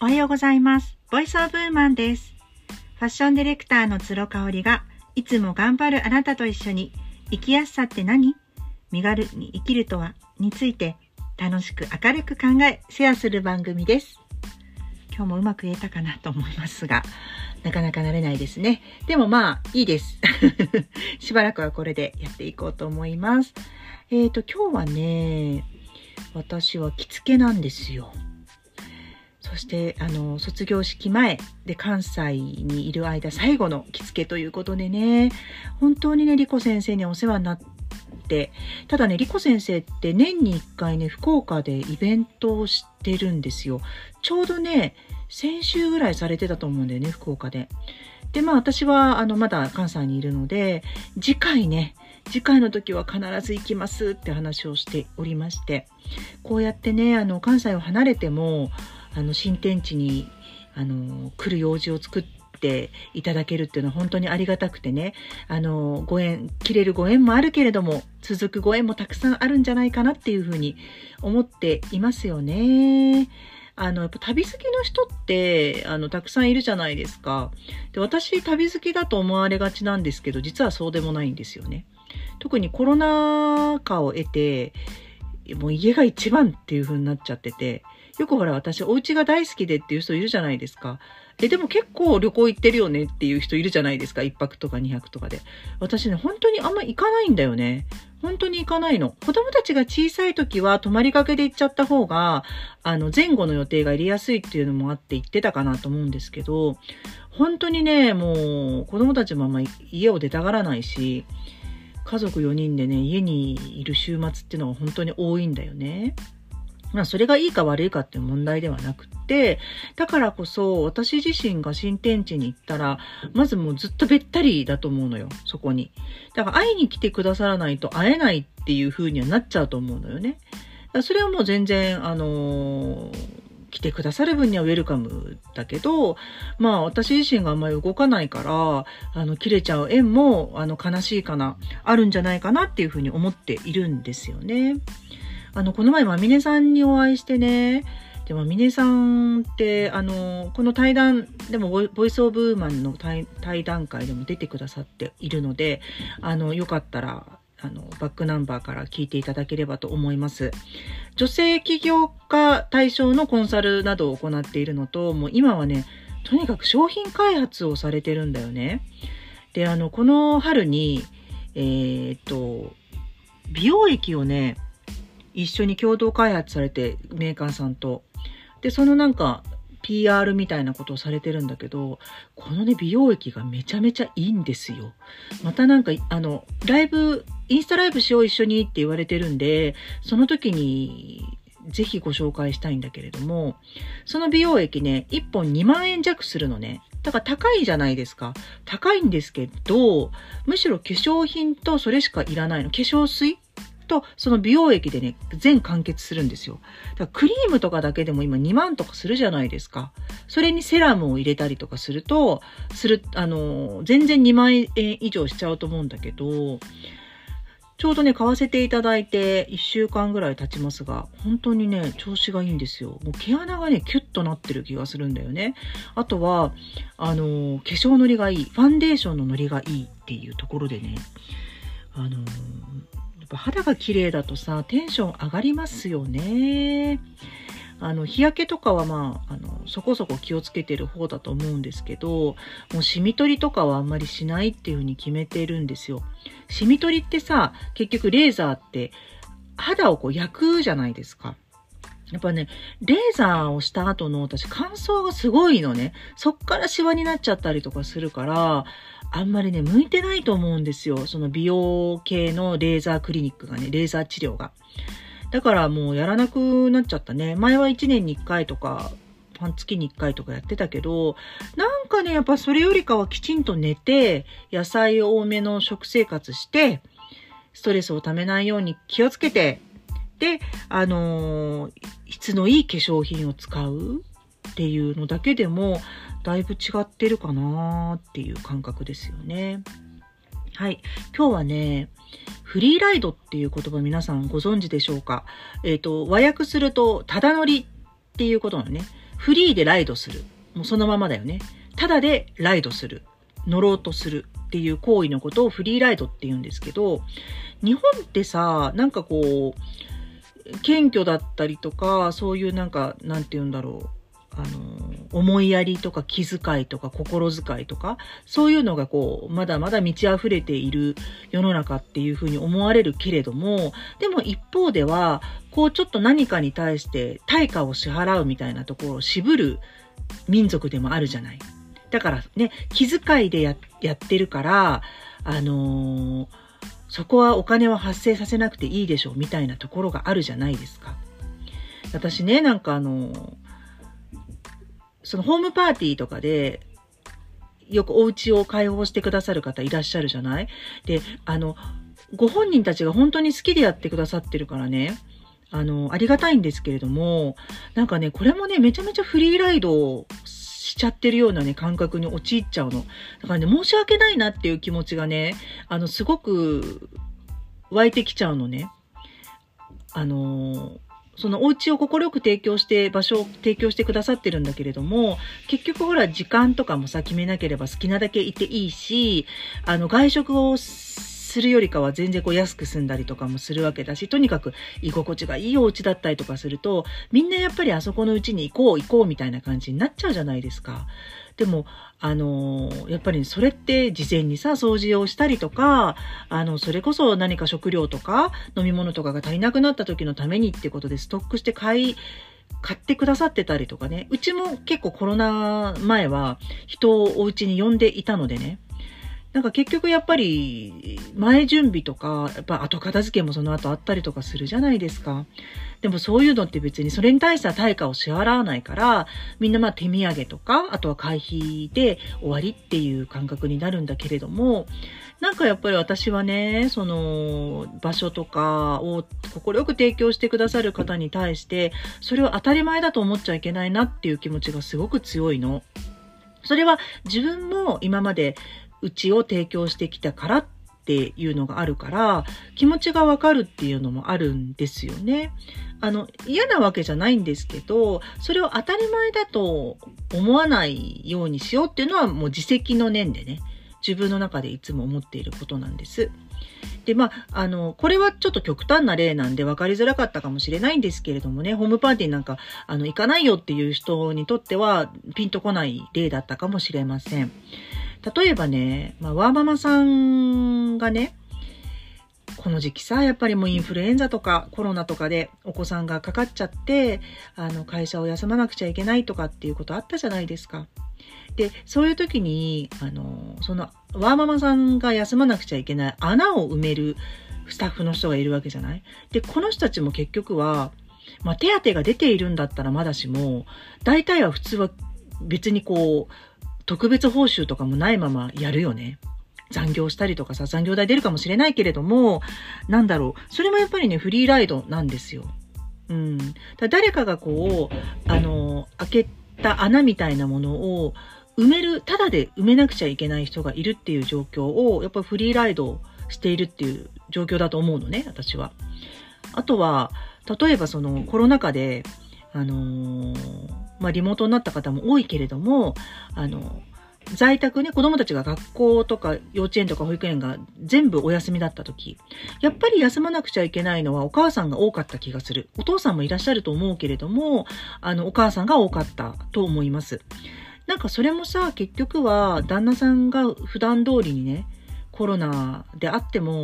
おはようございます。ボイスオブウーマンです。ファッションディレクターのつろかおりが、いつも頑張るあなたと一緒に、生きやすさって何?身軽に生きるとはについて、楽しく明るく考え、シェアする番組です。今日もうまく言えたかなと思いますが、なかなか慣れないですね。でもまあ、いいです。しばらくはこれでやっていこうと思います。今日はね、私は着付けなんですよ。そして卒業式前で関西にいる間最後の着付けということでね、本当にね、リコ先生にお世話になって、ただね、リコ先生って年に1回ね、福岡でイベントをしてるんですよ。ちょうどね、先週ぐらいされてたと思うんだよね、福岡で。で、まあ私はまだ関西にいるので、次回の時は必ず行きますって話をしておりまして、こうやってね、関西を離れても、新天地に来る用事を作っていただけるっていうのは本当にありがたくてね、切れるご縁もあるけれども、続くご縁もたくさんあるんじゃないかなっていうふうに思っていますよね。やっぱ旅好きの人ってたくさんいるじゃないですか。で、私旅好きだと思われがちなんですけど、実はそうでもないんですよね。特にコロナ禍を得て、もう家が一番っていう風になっちゃってて、よくほら私お家が大好きでっていう人いるじゃないですか。でも結構旅行行ってるよねっていう人いるじゃないですか。1泊とか2泊とかで。私ね、本当にあんま行かないんだよね。本当に行かないの。子供たちが小さい時は泊まりがけで行っちゃった方が、前後の予定が入れやすいっていうのもあって行ってたかなと思うんですけど、本当にね、もう子供たちもあんま家を出たがらないし、家族4人でね、家にいる週末っていうのが本当に多いんだよね。まあそれがいいか悪いかっていう問題ではなくって、だからこそ私自身が新天地に行ったら、まずもうずっとべったりだと思うのよ、そこに。だから会いに来てくださらないと会えないっていう風にはなっちゃうと思うのよね。だからそれはもう全然、来てくださる分にはウェルカムだけど、まあ私自身があんまり動かないから、切れちゃう縁も、悲しいかな、あるんじゃないかなっていう風に思っているんですよね。この前、まみねさんにお会いしてね、で、まみねさんって、この対談でもボイスオブウーマンの対談会でも出てくださっているので、よかったら、バックナンバーから聞いていただければと思います。女性起業家対象のコンサルなどを行っているのと、もう今はね、とにかく商品開発をされてるんだよね。で、この春に、美容液をね、一緒に共同開発されて、メーカーさんと。で、そのなんか、PR みたいなことをされてるんだけど、このね、美容液がめちゃめちゃいいんですよ。またなんか、インスタライブしよう一緒にって言われてるんで、その時に、ぜひご紹介したいんだけれども、その美容液ね、1本2万円弱するのね。だから高いじゃないですか。高いんですけど、むしろ化粧品とそれしかいらないの。化粧水とその美容液でね、全完結するんですよ。だからクリームとかだけでも今2万とかするじゃないですか。それにセラムを入れたりとかすると、全然2万円以上しちゃうと思うんだけど、ちょうどね、買わせていただいて1週間ぐらい経ちますが、本当にね、調子がいいんですよ。もう毛穴がね、キュッとなってる気がするんだよね。あとは、化粧のりがいい、ファンデーションののりがいいっていうところでね、肌が綺麗だとさ、テンション上がりますよね。日焼けとかはまあ、そこそこ気をつけてる方だと思うんですけど、もうシミ取りとかはあんまりしないっていう風に決めてるんですよ。シミ取りってさ、結局レーザーって肌をこう焼くじゃないですか。やっぱね、レーザーをした後の私乾燥がすごいのね。そっからシワになっちゃったりとかするから、あんまりね、向いてないと思うんですよ。その美容系のレーザークリニックがね、レーザー治療が。だからもうやらなくなっちゃったね。前は1年に1回とか、半月に1回とかやってたけど、なんかね、やっぱそれよりかはきちんと寝て、野菜多めの食生活して、ストレスをためないように気をつけて、で、質のいい化粧品を使うっていうのだけでも、だいぶ違ってるかなっていう感覚ですよね。はい。今日はね、フリーライドっていう言葉皆さんご存知でしょうか？和訳すると、ただ乗りっていうことのね。 フリーでライドする。もうそのままだよね。ただでライドする。乗ろうとするっていう行為のことをフリーライドって言うんですけど、日本ってさ、なんかこう、謙虚だったりとか、そういうなんか、なんて言うんだろう。思いやりとか気遣いとか心遣いとか、そういうのがこう、まだまだ満ち溢れている世の中っていうふうに思われるけれども、でも一方では、こうちょっと何かに対して対価を支払うみたいなところを渋る民族でもあるじゃない。だからね、気遣いでやってるから、そこはお金は発生させなくていいでしょうみたいなところがあるじゃないですか。私ね、なんかそのホームパーティーとかで、よくお家を開放してくださる方いらっしゃるじゃない？で、ご本人たちが本当に好きでやってくださってるからね、ありがたいんですけれども、なんかね、これもね、めちゃめちゃフリーライドしちゃってるようなね、感覚に陥っちゃうの。だからね、申し訳ないなっていう気持ちがね、すごく湧いてきちゃうのね。そのお家を快く提供して、場所を提供してくださってるんだけれども、結局ほら時間とかもさ、決めなければ好きなだけいていいし、外食をするよりかは全然こう安く済んだりとかもするわけだし、とにかく居心地がいいお家だったりとかすると、みんなやっぱりあそこの家に行こうみたいな感じになっちゃうじゃないですか。でも、やっぱりそれって事前にさ、掃除をしたりとか、それこそ何か食料とか飲み物とかが足りなくなった時のためにってことでストックして買ってくださってたりとかね。うちも結構コロナ前は人をお家に呼んでいたのでね。なんか結局やっぱり前準備とか、やっぱ後片付けもその後あったりとかするじゃないですか。でもそういうのって別にそれに対しては対価を支払わないから、みんなまあ手土産とか、あとは会費で終わりっていう感覚になるんだけれども、なんかやっぱり私はね、その場所とかを快く提供してくださる方に対して、それを当たり前だと思っちゃいけないなっていう気持ちがすごく強いの。それは自分も今までうちを提供してきたからっていうのがあるから、気持ちがわかるっていうのもあるんですよね。嫌なわけじゃないんですけど、それを当たり前だと思わないようにしようっていうのはもう自責の念でね、自分の中でいつも思っていることなんです。で、まあ、これはちょっと極端な例なんで分かりづらかったかもしれないんですけれどもね、ホームパーティーなんか、行かないよっていう人にとってはピンとこない例だったかもしれません。例えばね、ワーママさんがね、この時期さ、やっぱりもうインフルエンザとかコロナとかでお子さんがかかっちゃって、会社を休まなくちゃいけないとかっていうことあったじゃないですか。で、そういう時に、そのワーママさんが休まなくちゃいけない穴を埋めるスタッフの人がいるわけじゃない。で、この人たちも結局は、手当が出ているんだったらまだしも、大体は普通は別にこう、特別報酬とかもないままやるよね。残業したりとかさ、残業代出るかもしれないけれども、なんだろう。それもやっぱりね、フリーライドなんですよ。誰かがこう、開けた穴みたいなものを埋める、ただで埋めなくちゃいけない人がいるっていう状況を、やっぱりフリーライドしているっていう状況だと思うのね、私は。あとは、例えばそのコロナ禍で、リモートになった方も多いけれども、在宅ね、子供たちが学校とか幼稚園とか保育園が全部お休みだった時、やっぱり休まなくちゃいけないのはお母さんが多かった気がする。お父さんもいらっしゃると思うけれども、お母さんが多かったと思います。なんかそれもさ、結局は旦那さんが普段通りにね、コロナであっても、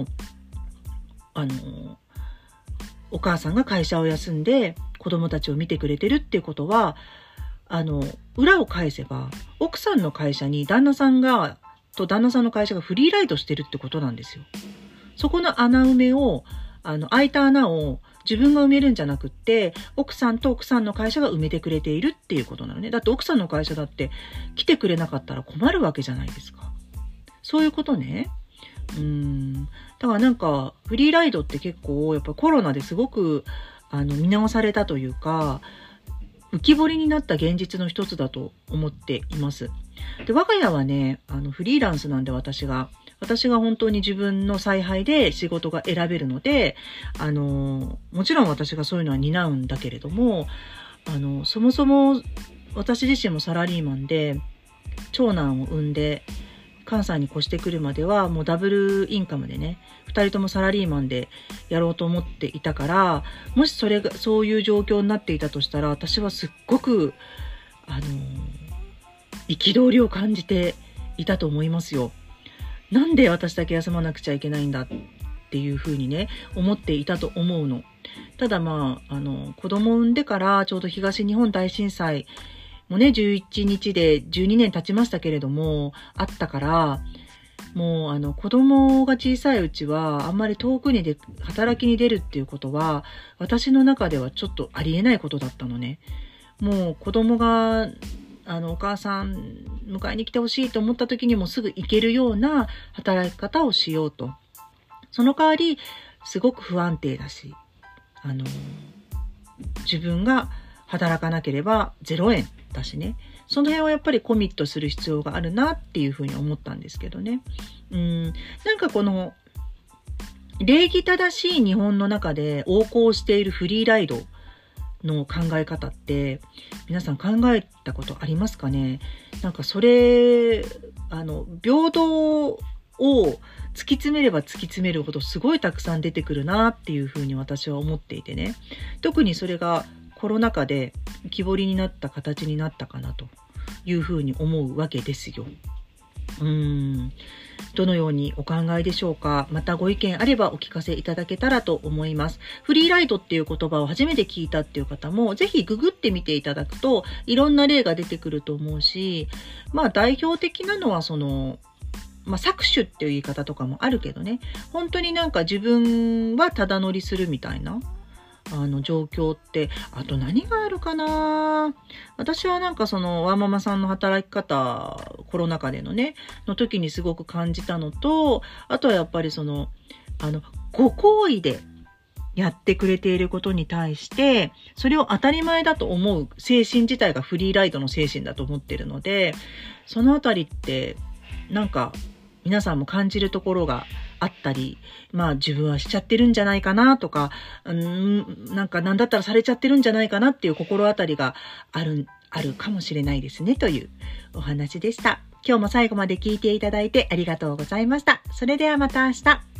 お母さんが会社を休んで子供たちを見てくれてるっていうことは、裏を返せば、奥さんの会社に旦那さんの会社がフリーライドしてるってことなんですよ。そこの穴埋めを、開いた穴を自分が埋めるんじゃなくって、奥さんと奥さんの会社が埋めてくれているっていうことなのね。だって奥さんの会社だって来てくれなかったら困るわけじゃないですか。そういうことね。だからなんか、フリーライドって結構、やっぱコロナですごく、見直されたというか、浮き彫りになった現実の一つだと思っています。で、我が家はね、フリーランスなんで私が本当に自分の采配で仕事が選べるので、もちろん私がそういうのは担うんだけれども、そもそも私自身もサラリーマンで、長男を産んで、関西に越してくるまではもうダブルインカムでね、2人ともサラリーマンでやろうと思っていたから、もしそういう状況になっていたとしたら、私はすっごく、憤りを感じていたと思いますよ。なんで私だけ休まなくちゃいけないんだっていうふうにね、思っていたと思うの。ただ子供を産んでからちょうど東日本大震災もね、11日で12年経ちましたけれども、あったから、もう子供が小さいうちは、あんまり遠くに働きに出るっていうことは、私の中ではちょっとありえないことだったのね。もう子供が、お母さん迎えに来てほしいと思った時にもすぐ行けるような働き方をしようと。その代わり、すごく不安定だし、自分が働かなければ0円だしね。その辺はやっぱりコミットする必要があるなっていうふうに思ったんですけどね。なんかこの礼儀正しい日本の中で横行しているフリーライドの考え方って皆さん考えたことありますかね。なんかそれ平等を突き詰めれば突き詰めるほどすごいたくさん出てくるなっていうふうに私は思っていてね。特にそれがコロナ禍で浮き彫りになった形になったかなというふうに思うわけですよ。どのようにお考えでしょうか。またご意見あればお聞かせいただけたらと思います。フリーライドっていう言葉を初めて聞いたっていう方もぜひググってみていただくといろんな例が出てくると思うし、代表的なのは搾取っていう言い方とかもあるけどね、本当になんか自分はただ乗りするみたいな状況って、あと何があるかな。私はなんかワーママさんの働き方、コロナ禍での時にすごく感じたのと、あとはやっぱりご好意でやってくれていることに対して、それを当たり前だと思う精神自体がフリーライドの精神だと思っているので、そのあたりってなんか皆さんも感じるところがあったり、自分はしちゃってるんじゃないかなとか、なんだったらされちゃってるんじゃないかなっていう心当たりがあるかもしれないですねというお話でした。今日も最後まで聞いていただいてありがとうございました。それではまた明日。